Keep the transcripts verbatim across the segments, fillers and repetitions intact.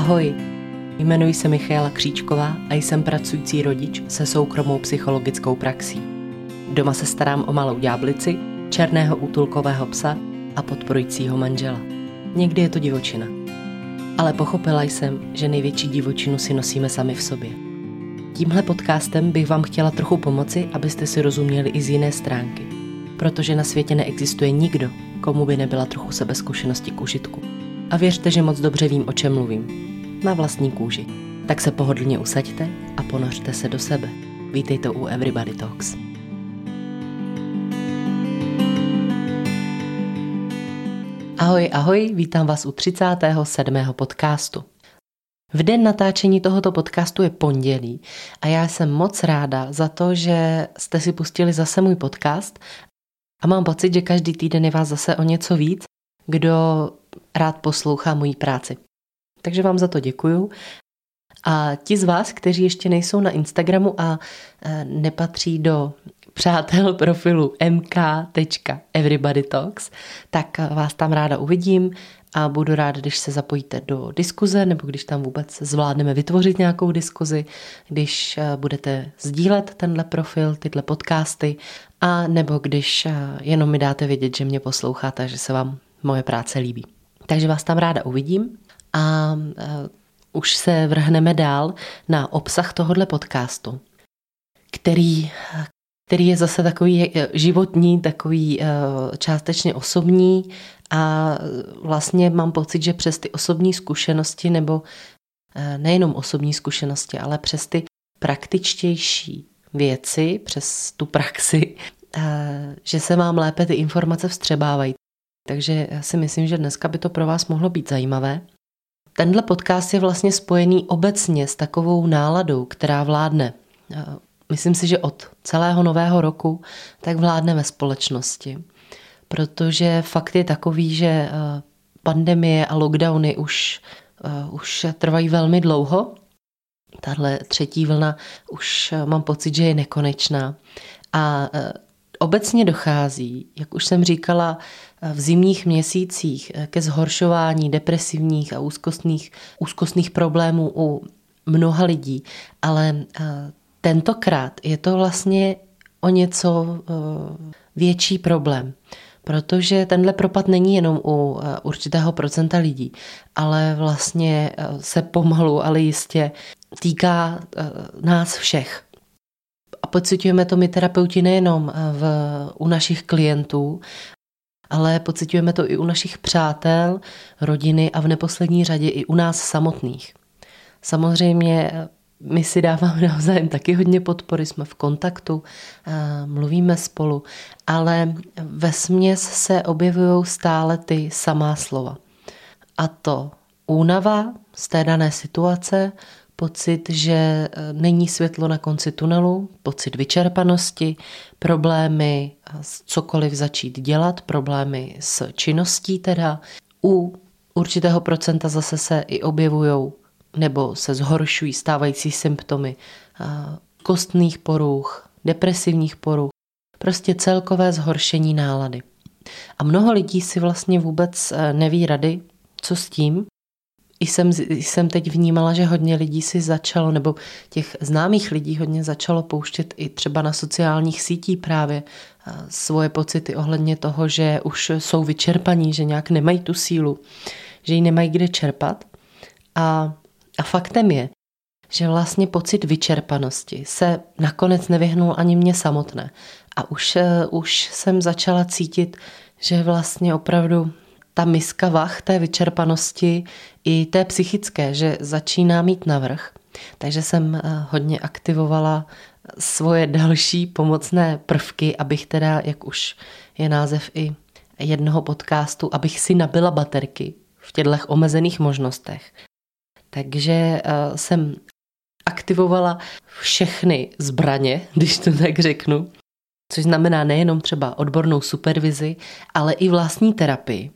Ahoj, jmenuji se Michaela Kříčková a jsem pracující rodič se soukromou psychologickou praxí. Doma se starám o malou ďáblici, černého útulkového psa a podporujícího manžela. Někdy je to divočina. Ale pochopila jsem, že největší divočinu si nosíme sami v sobě. Tímhle podcastem bych vám chtěla trochu pomoci, abyste si rozuměli i z jiné stránky. Protože na světě neexistuje nikdo, komu by nebyla trochu sebezkušenosti k užitku. A věřte, že moc dobře vím, o čem mluvím. Na vlastní kůži. Tak se pohodlně usaďte a ponořte se do sebe. Vítejte u Everybody Talks. Ahoj, ahoj, vítám vás u třicátého sedmého podcastu. V den natáčení tohoto podcastu je pondělí a já jsem moc ráda za to, že jste si pustili zase můj podcast a mám pocit, že každý týden je vás zase o něco víc, kdo rád poslouchá moji práci. Takže vám za to děkuju. A ti z vás, kteří ještě nejsou na Instagramu a nepatří do přátel profilu m k tečka everybody talks, tak vás tam ráda uvidím a budu ráda, když se zapojíte do diskuze nebo když tam vůbec zvládneme vytvořit nějakou diskuzi, když budete sdílet tenhle profil, tyhle podcasty a nebo když jenom mi dáte vědět, že mě posloucháte, že se vám moje práce líbí. Takže vás tam ráda uvidím a uh, už se vrhneme dál na obsah tohohle podcastu, který, který je zase takový životní, takový uh, částečně osobní a vlastně mám pocit, že přes ty osobní zkušenosti nebo uh, nejenom osobní zkušenosti, ale přes ty praktičtější věci, přes tu praxi, uh, že se vám lépe ty informace vstřebávají. Takže já si myslím, že dneska by to pro vás mohlo být zajímavé. Tenhle podcast je vlastně spojený obecně s takovou náladou, která vládne. Myslím si, že od celého nového roku tak vládne ve společnosti. Protože fakt je takový, že pandemie a lockdowny už, už trvají velmi dlouho. Tahle třetí vlna už mám pocit, že je nekonečná. A obecně dochází, jak už jsem říkala, v zimních měsících ke zhoršování depresivních a úzkostných, úzkostných problémů u mnoha lidí, ale tentokrát je to vlastně o něco větší problém, protože tenhle propad není jenom u určitého procenta lidí, ale vlastně se pomalu, ale jistě týká nás všech. A pociťujeme to my terapeuti nejenom v, u našich klientů, ale pociťujeme to i u našich přátel, rodiny a v neposlední řadě i u nás samotných. Samozřejmě my si dáváme navzájem taky hodně podpory, jsme v kontaktu, mluvíme spolu, ale vesměs se objevují stále ty samá slova. A to únava z té dané situace, pocit, že není světlo na konci tunelu, pocit vyčerpanosti, problémy s cokoliv začít dělat, problémy s činností teda. U určitého procenta zase se i objevují nebo se zhoršují stávající symptomy kostných poruch, depresivních poruch, prostě celkové zhoršení nálady. A mnoho lidí si vlastně vůbec neví rady, co s tím. I jsem, jsem teď vnímala, že hodně lidí si začalo, nebo těch známých lidí hodně začalo pouštět i třeba na sociálních sítích právě svoje pocity ohledně toho, že už jsou vyčerpaní, že nějak nemají tu sílu, že ji nemají kde čerpat. A, a faktem je, že vlastně pocit vyčerpanosti se nakonec nevyhnul ani mně samotné. A už, už jsem začala cítit, že vlastně opravdu ta miska vah té vyčerpanosti i té psychické, že začíná mít navrch. Takže jsem hodně aktivovala svoje další pomocné prvky, abych teda, jak už je název i jednoho podcastu, abych si nabila baterky v těchto omezených možnostech. Takže jsem aktivovala všechny zbraně, když to tak řeknu, což znamená nejenom třeba odbornou supervizi, ale i vlastní terapii.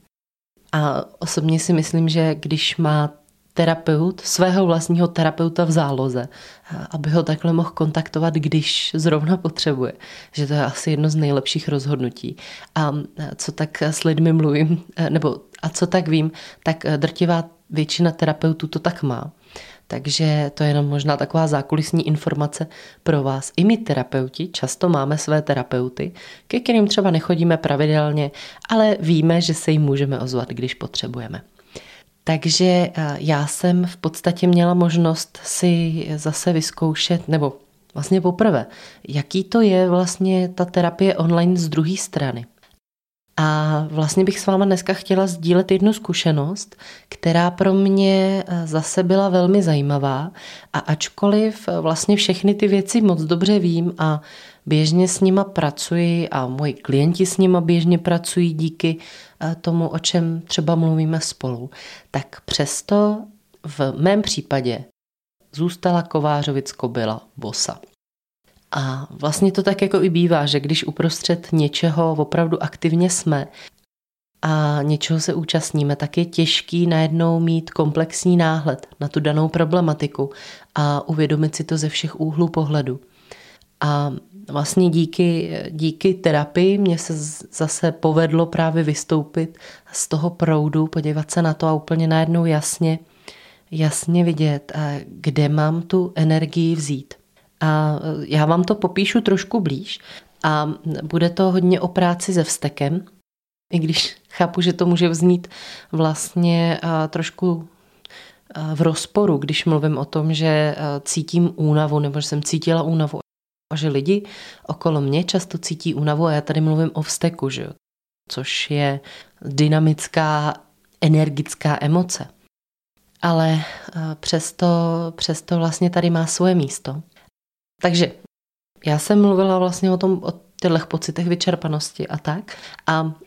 A osobně si myslím, že když má terapeut svého vlastního terapeuta v záloze, aby ho takhle mohl kontaktovat, když zrovna potřebuje, že to je asi jedno z nejlepších rozhodnutí. A co tak s lidmi mluvím, nebo A co tak vím, tak drtivá většina terapeutů to tak má. Takže to je jenom možná taková zákulisní informace pro vás. I my terapeuti často máme své terapeuty, ke kterým třeba nechodíme pravidelně, ale víme, že se jim můžeme ozvat, když potřebujeme. Takže já jsem v podstatě měla možnost si zase vyzkoušet, nebo vlastně poprvé, jaký to je vlastně ta terapie online z druhé strany. A vlastně bych s váma dneska chtěla sdílet jednu zkušenost, která pro mě zase byla velmi zajímavá a ačkoliv vlastně všechny ty věci moc dobře vím a běžně s nima pracuji a moji klienti s nima běžně pracují díky tomu, o čem třeba mluvíme spolu, tak přesto v mém případě zůstala Kovářovic kobyla bosa. A vlastně to tak jako i bývá, že když uprostřed něčeho opravdu aktivně jsme a něčeho se účastníme, tak je těžký najednou mít komplexní náhled na tu danou problematiku a uvědomit si to ze všech úhlů pohledu. A vlastně díky, díky terapii mě se zase povedlo právě vystoupit z toho proudu, podívat se na to a úplně najednou jasně, jasně vidět, kde mám tu energii vzít. A já vám to popíšu trošku blíž a bude to hodně o práci se vztekem, i když chápu, že to může vznít vlastně trošku v rozporu, když mluvím o tom, že cítím únavu nebo že jsem cítila únavu a že lidi okolo mě často cítí únavu a já tady mluvím o vzteku, že jo? Což je dynamická, energická emoce. Ale přesto, přesto vlastně tady má svoje místo. Takže já jsem mluvila vlastně o tom, o těchto pocitech vyčerpanosti a tak. A uh,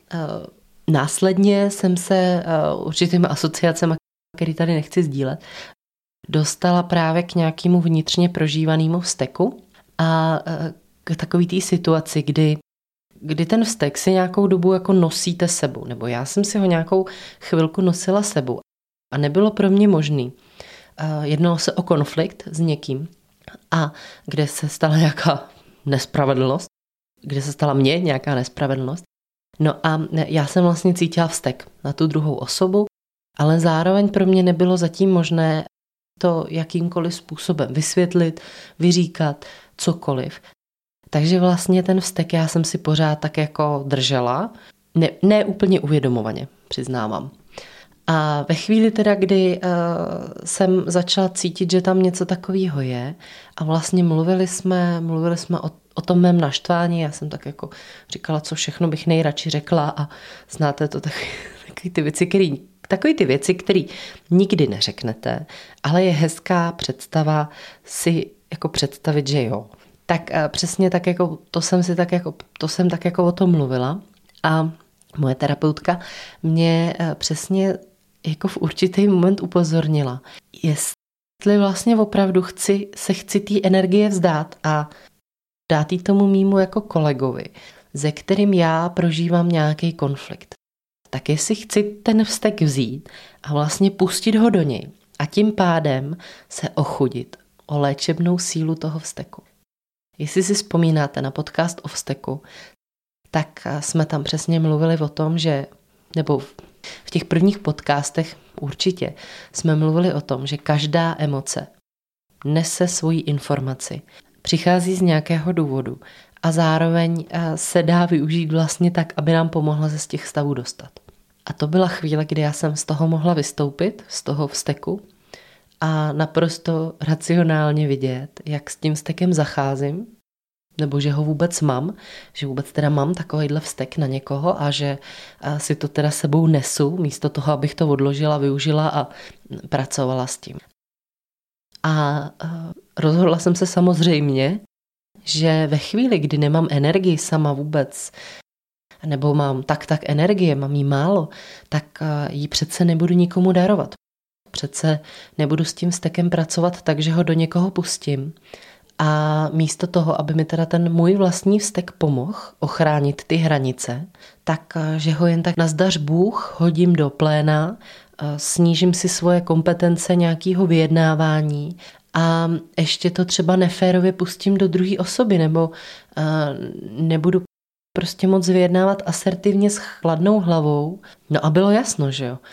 následně jsem se uh, určitými asociacemi, který tady nechci sdílet, dostala právě k nějakému vnitřně prožívanému vzteku a uh, k takový té situaci, kdy, kdy ten vztek si nějakou dobu jako nosíte sebou. Nebo já jsem si ho nějakou chvilku nosila sebou. A nebylo pro mě možný. Uh, jednalo se o konflikt s někým, a kde se stala nějaká nespravedlnost, kde se stala mně nějaká nespravedlnost. No a já jsem vlastně cítila vztek na tu druhou osobu, ale zároveň pro mě nebylo zatím možné to jakýmkoliv způsobem vysvětlit, vyříkat, cokoliv. Takže vlastně ten vztek já jsem si pořád tak jako držela, ne, ne úplně uvědomovaně, přiznávám. A ve chvíli teda, kdy uh, jsem začala cítit, že tam něco takového je a vlastně mluvili jsme, mluvili jsme o, o tom mém naštvání, já jsem tak jako říkala, co všechno bych nejradši řekla a znáte to takový, takový ty věci, který, takový ty věci, které nikdy neřeknete, ale je hezká představa si jako představit, že jo. Tak uh, přesně tak jako, to jsem si tak jako, to jsem tak jako o tom mluvila a moje terapeutka mě uh, přesně jako v určitý moment upozornila, jestli vlastně opravdu chci, se chci té energie vzdát a dát jí tomu mýmu jako kolegovi, ze kterým já prožívám nějaký konflikt. Tak jestli chci ten vztek vzít a vlastně pustit ho do něj a tím pádem se ochudit o léčebnou sílu toho vzteku. Jestli si vzpomínáte na podcast o vzteku, tak jsme tam přesně mluvili o tom, že, nebo v těch prvních podcastech určitě jsme mluvili o tom, že každá emoce nese svoji informaci, přichází z nějakého důvodu a zároveň se dá využít vlastně tak, aby nám pomohla se z těch stavů dostat. A to byla chvíle, kdy já jsem z toho mohla vystoupit, z toho vzteku a naprosto racionálně vidět, jak s tím vztekem zacházím, nebo že ho vůbec mám, že vůbec teda mám takovýhle vztek na někoho a že si to teda sebou nesu, místo toho, abych to odložila, využila a pracovala s tím. A rozhodla jsem se samozřejmě, že ve chvíli, kdy nemám energii sama vůbec, nebo mám tak tak energie, mám jí málo, tak ji přece nebudu nikomu darovat. Přece nebudu s tím vztekem pracovat tak, že ho do někoho pustím. A místo toho, aby mi teda ten můj vlastní vztek pomohl ochránit ty hranice, tak že ho jen tak nazdař Bůh hodím do pléna, snížím si svoje kompetence nějakého vyjednávání a ještě to třeba neférově pustím do druhé osoby nebo nebudu prostě moc vyjednávat asertivně s chladnou hlavou. No a bylo jasno, že jo.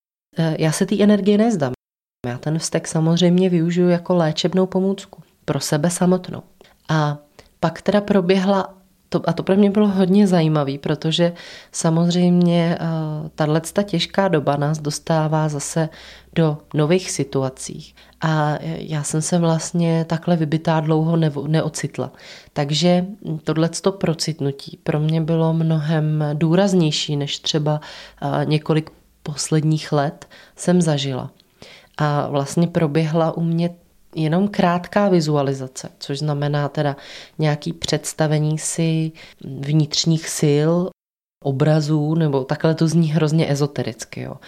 Já se té energie nezdám. Já ten vztek samozřejmě využiju jako léčebnou pomůcku pro sebe samotnou. A pak teda proběhla, to, a to pro mě bylo hodně zajímavé, protože samozřejmě tato těžká doba nás dostává zase do nových situací. A já jsem se vlastně takhle vybitá dlouho ne, neocitla. Takže tohleto procitnutí pro mě bylo mnohem důraznější, než třeba několik posledních let jsem zažila. A vlastně proběhla u mě jenom krátká vizualizace, což znamená teda nějaké představení si vnitřních sil, obrazů, nebo takhle to zní hrozně ezotericky. Jo.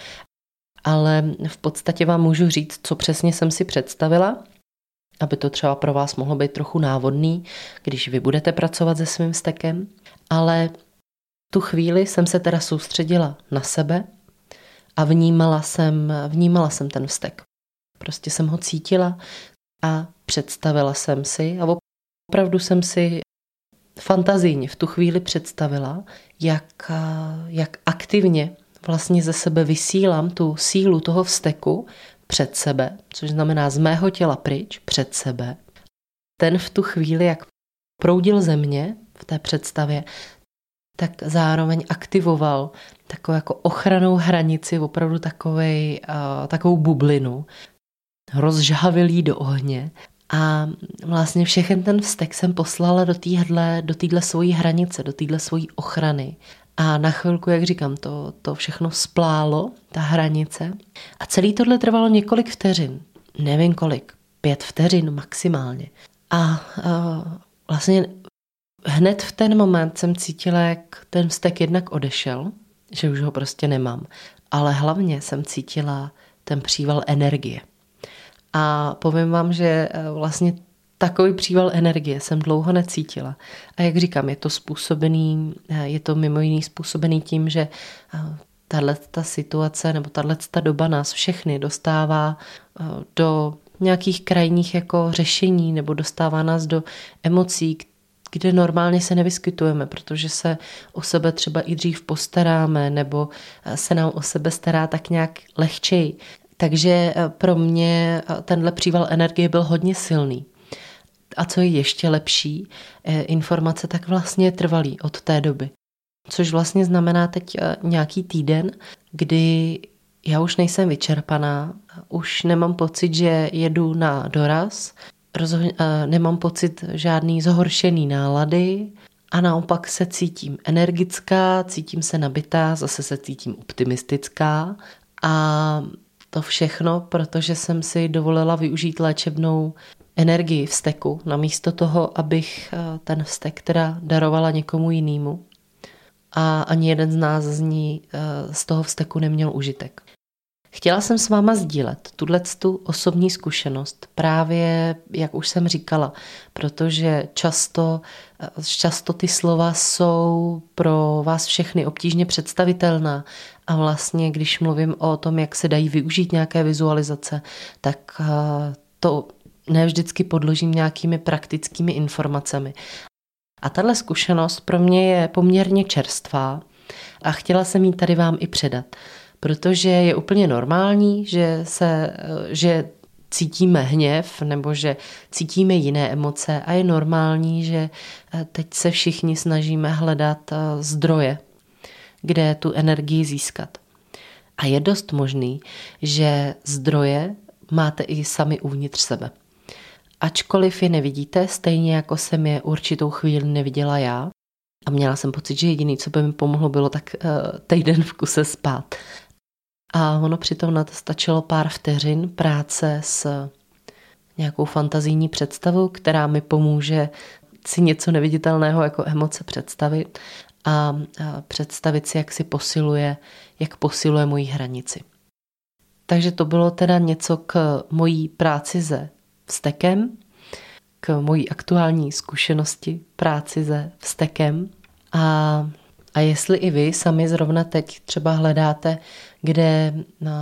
Ale v podstatě vám můžu říct, co přesně jsem si představila, aby to třeba pro vás mohlo být trochu návodný, když vy budete pracovat se svým vztekem. Ale tu chvíli jsem se teda soustředila na sebe a vnímala jsem, vnímala jsem ten vztek. Prostě jsem ho cítila a představila jsem si a opravdu jsem si fantazijně v tu chvíli představila, jak, jak aktivně vlastně ze sebe vysílám tu sílu toho vzteku před sebe, což znamená z mého těla pryč, před sebe. Ten v tu chvíli, jak proudil ze mě v té představě, tak zároveň aktivoval takovou jako ochrannou hranici, opravdu takovej, uh, takovou bublinu, rozžhavil jí do ohně a vlastně všechen ten vztek jsem poslala do téhle do téhle svojí hranice, do téhle svojí ochrany. A na chvilku, jak říkám, to, to všechno splálo, ta hranice. A celý tohle trvalo několik vteřin. Nevím kolik, pět vteřin maximálně. A, a vlastně hned v ten moment jsem cítila, jak ten vztek jednak odešel, že už ho prostě nemám. Ale hlavně jsem cítila ten příval energie. A povím vám, že vlastně takový příval energie jsem dlouho necítila. A jak říkám, je to způsobený, je to mimo jiný způsobený tím, že tato situace nebo tato doba nás všechny dostává do nějakých krajních jako řešení nebo dostává nás do emocí, kde normálně se nevyskytujeme, protože se o sebe třeba i dřív postaráme nebo se nám o sebe stará tak nějak lehčej. Takže pro mě tenhle příval energie byl hodně silný. A co je ještě lepší, informace tak vlastně trvalý od té doby. Což vlastně znamená teď nějaký týden, kdy já už nejsem vyčerpaná, už nemám pocit, že jedu na doraz, rozhodně, nemám pocit žádný zhoršený nálady a naopak se cítím energická, cítím se nabitá, zase se cítím optimistická a to všechno, protože jsem si dovolila využít léčebnou energii vzteku, namísto toho, abych ten vztek teda darovala někomu jinému. A ani jeden z nás z ní z toho vzteku neměl užitek. Chtěla jsem s váma sdílet tuto osobní zkušenost právě, jak už jsem říkala, protože často, často ty slova jsou pro vás všechny obtížně představitelná a vlastně, když mluvím o tom, jak se dají využít nějaké vizualizace, tak to ne vždycky podložím nějakými praktickými informacemi. A tahle zkušenost pro mě je poměrně čerstvá a chtěla jsem ji tady vám i předat, protože je úplně normální, že, se, že cítíme hněv nebo že cítíme jiné emoce a je normální, že teď se všichni snažíme hledat zdroje, kde tu energii získat. A je dost možný, že zdroje máte i sami uvnitř sebe. Ačkoliv je nevidíte, stejně jako jsem je určitou chvíli neviděla já. A měla jsem pocit, že jediný, co by mi pomohlo, bylo tak uh, týden v kuse spát. A ono přitom na to stačilo pár vteřin práce s nějakou fantazijní představou, která mi pomůže si něco neviditelného jako emoce představit a, a představit si, jak si posiluje, jak posiluje moji hranici. Takže to bylo teda něco k mojí práci se vztekem, k mojí aktuální zkušenosti práci se vztekem. A, a jestli i vy sami zrovna teď třeba hledáte, kde,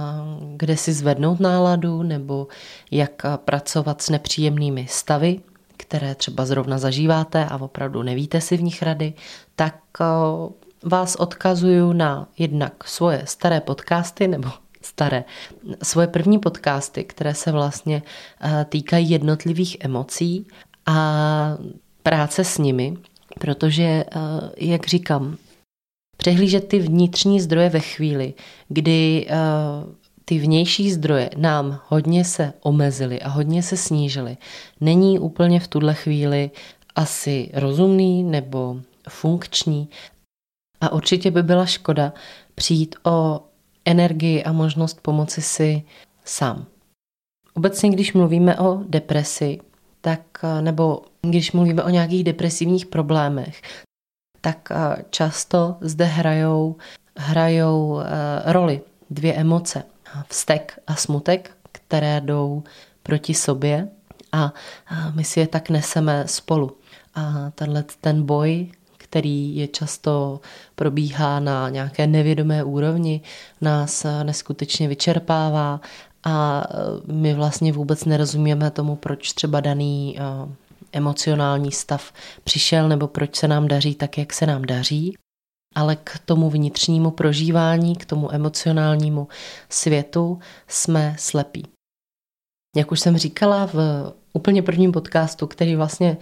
kde si zvednout náladu nebo jak pracovat s nepříjemnými stavy, které třeba zrovna zažíváte a opravdu nevíte si v nich rady, tak vás odkazuju na jednak svoje staré podcasty nebo staré, svoje první podcasty, které se vlastně týkají jednotlivých emocí a práce s nimi, protože, jak říkám, přehlížet ty vnitřní zdroje ve chvíli, kdy ty vnější zdroje nám hodně se omezily a hodně se snížily, není úplně v tuhle chvíli asi rozumný nebo funkční a určitě by byla škoda přijít o energii a možnost pomoci si sám. Obecně, když mluvíme o depresi, tak, nebo když mluvíme o nějakých depresivních problémech, tak často zde hrajou, hrajou roli dvě emoce. Vztek a smutek, které jdou proti sobě a my si je tak neseme spolu. A tenhle ten boj, který je často probíhá na nějaké nevědomé úrovni, nás neskutečně vyčerpává a my vlastně vůbec nerozumíme tomu, proč třeba daný emocionální stav přišel nebo proč se nám daří tak, jak se nám daří. Ale k tomu vnitřnímu prožívání, k tomu emocionálnímu světu jsme slepí. Jak už jsem říkala v úplně prvním podcastu, který vlastně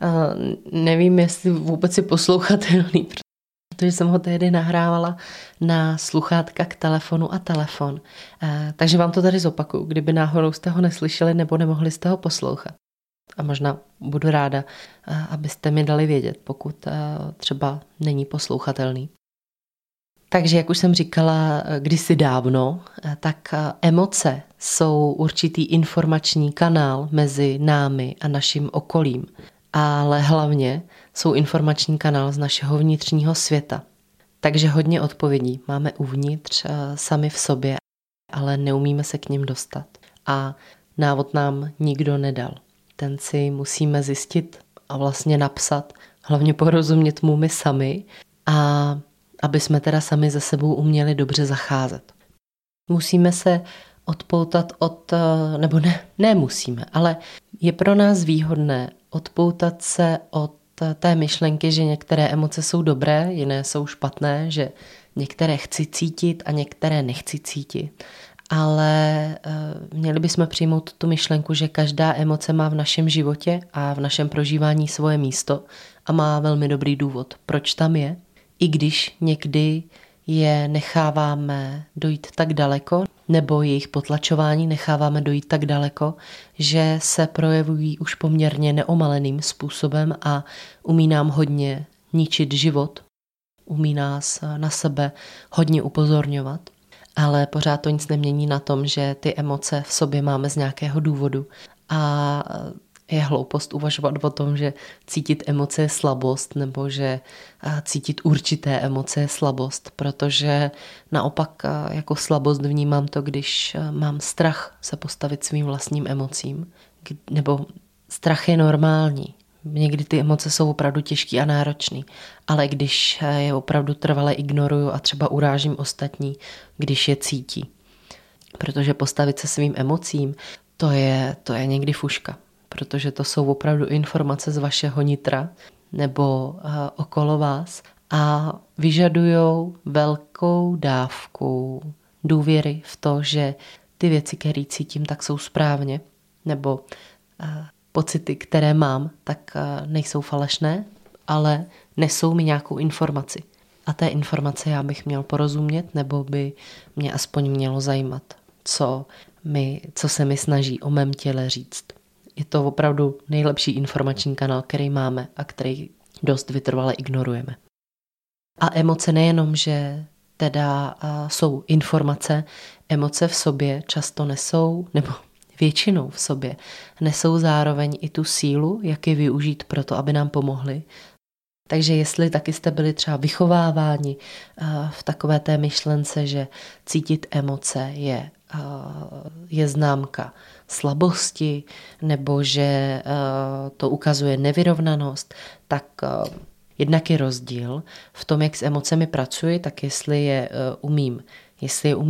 uh, nevím, jestli vůbec je poslouchatelný, protože jsem ho tehdy nahrávala na sluchátka k telefonu a telefon. Uh, takže vám to tady zopakuju, kdyby náhodou jste ho neslyšeli nebo nemohli jste ho poslouchat. A možná budu ráda, abyste mi dali vědět, pokud třeba není poslouchatelný. Takže, jak už jsem říkala kdysi dávno, tak emoce jsou určitý informační kanál mezi námi a naším okolím. Ale hlavně jsou informační kanál z našeho vnitřního světa. Takže hodně odpovědí máme uvnitř sami v sobě, ale neumíme se k nim dostat. A návod nám nikdo nedal. Ten si musíme zjistit a vlastně napsat, hlavně porozumět mu my sami a aby jsme teda sami ze sebou uměli dobře zacházet. Musíme se odpoutat od, nebo ne, ne musíme, ale je pro nás výhodné odpoutat se od té myšlenky, že některé emoce jsou dobré, jiné jsou špatné, že některé chci cítit a některé nechci cítit. Ale měli bychom přijmout tu myšlenku, že každá emoce má v našem životě a v našem prožívání svoje místo a má velmi dobrý důvod, proč tam je. I když někdy je necháváme dojít tak daleko, nebo jejich potlačování necháváme dojít tak daleko, že se projevují už poměrně neomaleným způsobem a umí nám hodně ničit život, umí nás na sebe hodně upozorňovat. Ale pořád to nic nemění na tom, že ty emoce v sobě máme z nějakého důvodu a je hloupost uvažovat o tom, že cítit emoce je slabost nebo že cítit určité emoce je slabost, protože naopak jako slabost vnímám to, když mám strach se postavit svým vlastním emocím, nebo strach je normální. Někdy ty emoce jsou opravdu těžký a náročný, ale když je opravdu trvale ignoruju a třeba urážím ostatní, když je cítí. Protože postavit se svým emocím, to je, to je někdy fuška, protože to jsou opravdu informace z vašeho nitra nebo uh, okolo vás a vyžadujou velkou dávku důvěry v to, že ty věci, které cítím, tak jsou správně, nebo uh, pocity, které mám, tak nejsou falešné, ale nesou mi nějakou informaci. A té informace já bych měl porozumět, nebo by mě aspoň mělo zajímat, co, mi, co se mi snaží o mém těle říct. Je to opravdu nejlepší informační kanál, který máme a který dost vytrvale ignorujeme. A emoce nejenom, že teda jsou informace, emoce v sobě často nesou, nebo většinou v sobě nesou zároveň i tu sílu, jak je využít pro to, aby nám pomohli. Takže jestli taky jste byli třeba vychováváni v takové té myšlence, že cítit emoce je, je známka slabosti, nebo že to ukazuje nevyrovnanost, tak jednak je rozdíl v tom, jak s emocemi pracuji, tak jestli je umím, jestli je umím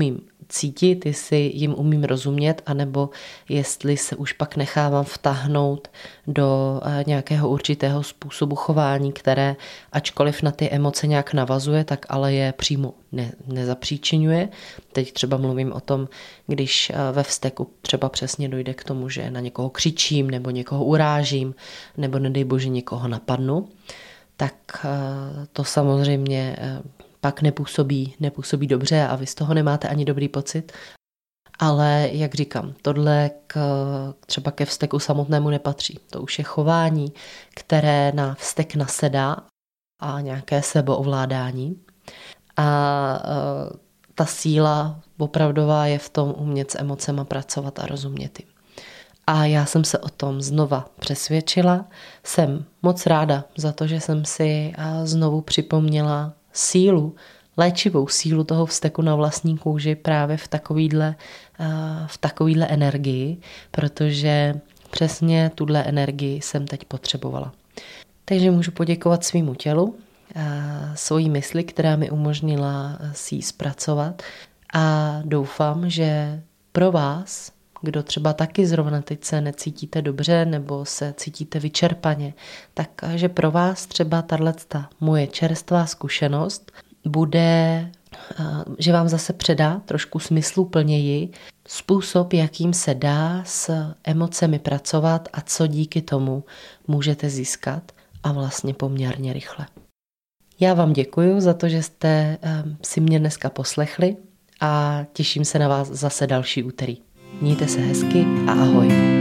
cítit, jestli jim umím rozumět, anebo jestli se už pak nechávám vtáhnout do nějakého určitého způsobu chování, které ačkoliv na ty emoce nějak navazuje, tak ale je přímo ne, nezapříčinuje. Teď třeba mluvím o tom, když ve vzteku třeba přesně dojde k tomu, že na někoho křičím, nebo někoho urážím, nebo nedej bože někoho napadnu, tak to samozřejmě pak nepůsobí, nepůsobí dobře a vy z toho nemáte ani dobrý pocit. Ale jak říkám, tohle k, třeba ke vzteku samotnému nepatří. To už je chování, které na vztek nasedá a nějaké sebeovládání. A ta síla opravdová je v tom umět s emocema pracovat a rozumět jim. A já jsem se o tom znova přesvědčila. Jsem moc ráda za to, že jsem si znovu připomněla sílu, léčivou sílu toho vzteku na vlastní kůži právě v takovýhle, v takovýhle energii, protože přesně tuhle energii jsem teď potřebovala. Takže můžu poděkovat svýmu tělu, svojí mysli, která mi umožnila si ji zpracovat a doufám, že pro vás, kdo třeba taky zrovna teď se necítíte dobře nebo se cítíte vyčerpaně, takže pro vás třeba tato moje čerstvá zkušenost bude, že vám zase předá trošku smysluplněji způsob, jakým se dá s emocemi pracovat a co díky tomu můžete získat a vlastně poměrně rychle. Já vám děkuji za to, že jste si mě dneska poslechli a těším se na vás zase další úterý. Mějte se hezky a ahoj.